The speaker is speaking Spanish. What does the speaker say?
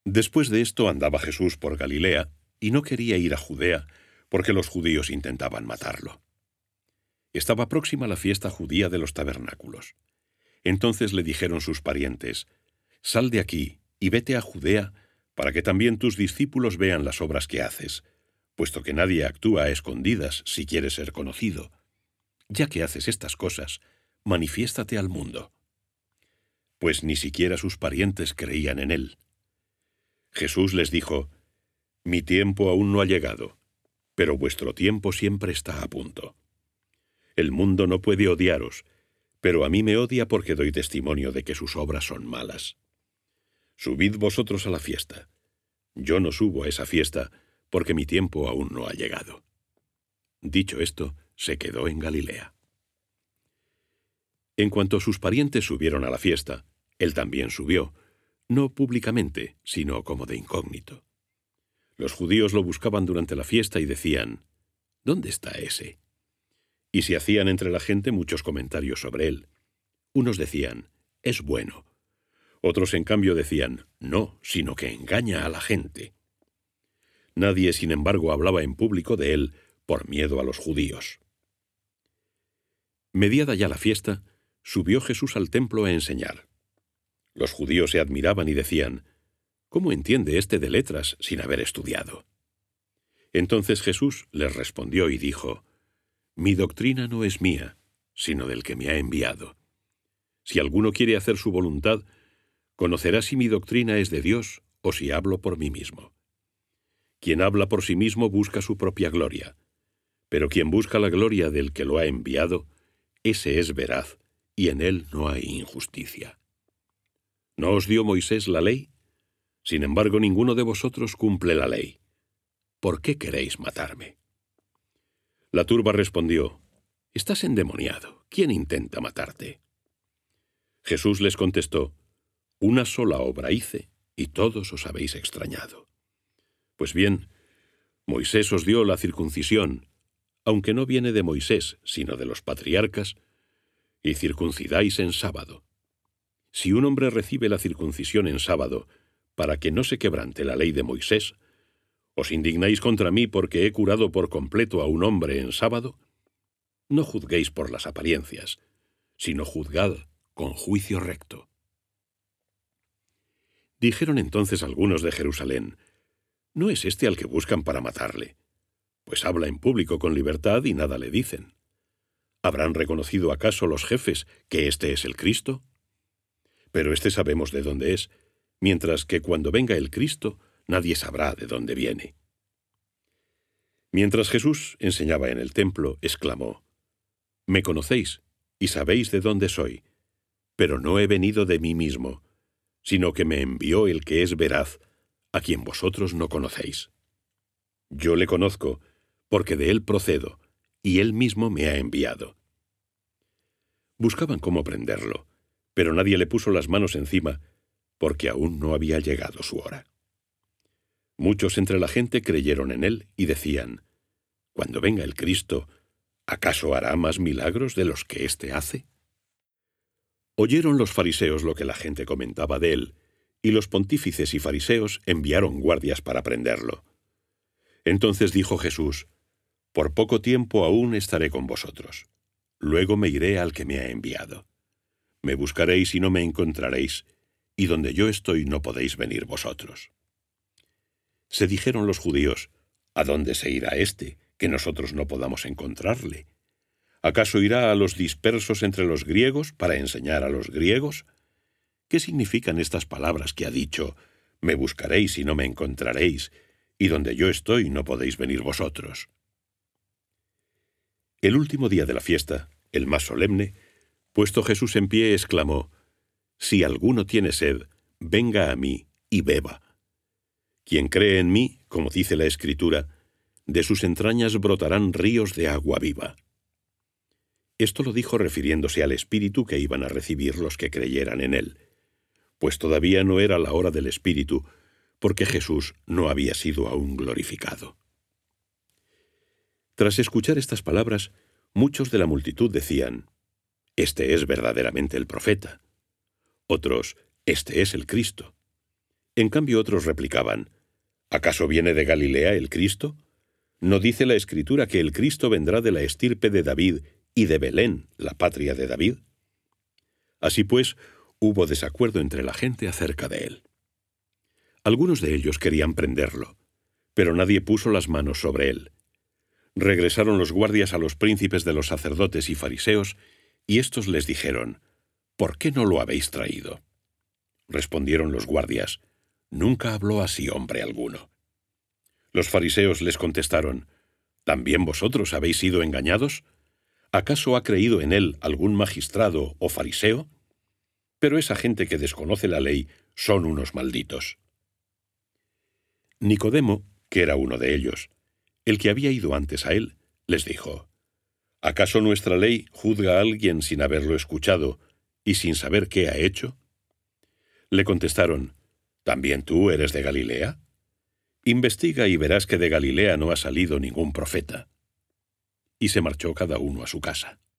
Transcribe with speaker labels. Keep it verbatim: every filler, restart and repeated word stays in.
Speaker 1: Después de esto andaba Jesús por Galilea, y no quería ir a Judea, porque los judíos intentaban matarlo. Estaba próxima la fiesta judía de los tabernáculos. Entonces le dijeron sus parientes: «Sal de aquí y vete a Judea, para que también tus discípulos vean las obras que haces, puesto que nadie actúa a escondidas si quiere ser conocido. Ya que haces estas cosas, manifiéstate al mundo». Pues ni siquiera sus parientes creían en él. Jesús les dijo: «Mi tiempo aún no ha llegado, pero vuestro tiempo siempre está a punto. El mundo no puede odiaros, pero a mí me odia porque doy testimonio de que sus obras son malas. Subid vosotros a la fiesta. Yo no subo a esa fiesta, porque mi tiempo aún no ha llegado». Dicho esto, se quedó en Galilea. En cuanto sus parientes subieron a la fiesta, él también subió, no públicamente, sino como de incógnito. Los judíos lo buscaban durante la fiesta y decían: «¿Dónde está ese?». Y se hacían entre la gente muchos comentarios sobre él. Unos decían: «Es bueno». Otros, en cambio, decían: «No, sino que engaña a la gente». Nadie, sin embargo, hablaba en público de él por miedo a los judíos. Mediada ya la fiesta, subió Jesús al templo a enseñar. Los judíos se admiraban y decían: «¿Cómo entiende éste de letras sin haber estudiado?». Entonces Jesús les respondió y dijo: «Mi doctrina no es mía, sino del que me ha enviado. Si alguno quiere hacer su voluntad, conocerá si mi doctrina es de Dios o si hablo por mí mismo. Quien habla por sí mismo busca su propia gloria, pero quien busca la gloria del que lo ha enviado, ese es veraz, y en él no hay injusticia. ¿No os dio Moisés la ley? Sin embargo, ninguno de vosotros cumple la ley. ¿Por qué queréis matarme?». La turba respondió: «Estás endemoniado. ¿Quién intenta matarte?». Jesús les contestó: «Una sola obra hice, y todos os habéis extrañado. Pues bien, Moisés os dio la circuncisión, aunque no viene de Moisés, sino de los patriarcas, y circuncidáis en sábado. Si un hombre recibe la circuncisión en sábado, para que no se quebrante la ley de Moisés, ¿os indignáis contra mí porque he curado por completo a un hombre en sábado? No juzguéis por las apariencias, sino juzgad con juicio recto». Dijeron entonces algunos de Jerusalén: «¿No es este al que buscan para matarle? Pues habla en público con libertad y nada le dicen. ¿Habrán reconocido acaso los jefes que este es el Cristo? Pero este sabemos de dónde es, mientras que cuando venga el Cristo nadie sabrá de dónde viene». Mientras Jesús enseñaba en el templo, exclamó: «Me conocéis y sabéis de dónde soy, pero no he venido de mí mismo, sino que me envió el que es veraz, a quien vosotros no conocéis. Yo le conozco, porque de él procedo, y él mismo me ha enviado». Buscaban cómo prenderlo, pero nadie le puso las manos encima, porque aún no había llegado su hora. Muchos entre la gente creyeron en él y decían: «Cuando venga el Cristo, ¿acaso hará más milagros de los que éste hace?». Oyeron los fariseos lo que la gente comentaba de él, y los pontífices y fariseos enviaron guardias para prenderlo. Entonces dijo Jesús: «Por poco tiempo aún estaré con vosotros. Luego me iré al que me ha enviado. Me buscaréis y no me encontraréis, y donde yo estoy no podéis venir vosotros». Se dijeron los judíos: «¿A dónde se irá éste, que nosotros no podamos encontrarle? ¿Acaso irá a los dispersos entre los griegos para enseñar a los griegos? ¿Qué significan estas palabras que ha dicho: me buscaréis y no me encontraréis, y donde yo estoy no podéis venir vosotros?» El último día de la fiesta, el más solemne, puesto Jesús en pie, exclamó: «Si alguno tiene sed, venga a mí y beba. Quien cree en mí, como dice la Escritura, de sus entrañas brotarán ríos de agua viva». Esto lo dijo refiriéndose al Espíritu que iban a recibir los que creyeran en él, pues todavía no era la hora del Espíritu, porque Jesús no había sido aún glorificado. Tras escuchar estas palabras, muchos de la multitud decían: «Este es verdaderamente el profeta». Otros: «Este es el Cristo». En cambio otros replicaban: ¿Acaso viene de Galilea el Cristo? ¿No dice la Escritura que el Cristo vendrá de la estirpe de David y de Belén, la patria de David? Así pues, hubo desacuerdo entre la gente acerca de él. Algunos de ellos querían prenderlo, pero nadie puso las manos sobre él. Regresaron los guardias a los príncipes de los sacerdotes y fariseos, y éstos les dijeron: ¿Por qué no lo habéis traído? Respondieron los guardias: Nunca habló así hombre alguno. Los fariseos les contestaron: ¿También vosotros habéis sido engañados? ¿Acaso ha creído en él algún magistrado o fariseo? Pero esa gente que desconoce la ley son unos malditos. Nicodemo, que era uno de ellos, el que había ido antes a él, les dijo: ¿Acaso nuestra ley juzga a alguien sin haberlo escuchado y sin saber qué ha hecho? Le contestaron: ¿También tú eres de Galilea? Investiga y verás que de Galilea no ha salido ningún profeta. Y se marchó cada uno a su casa.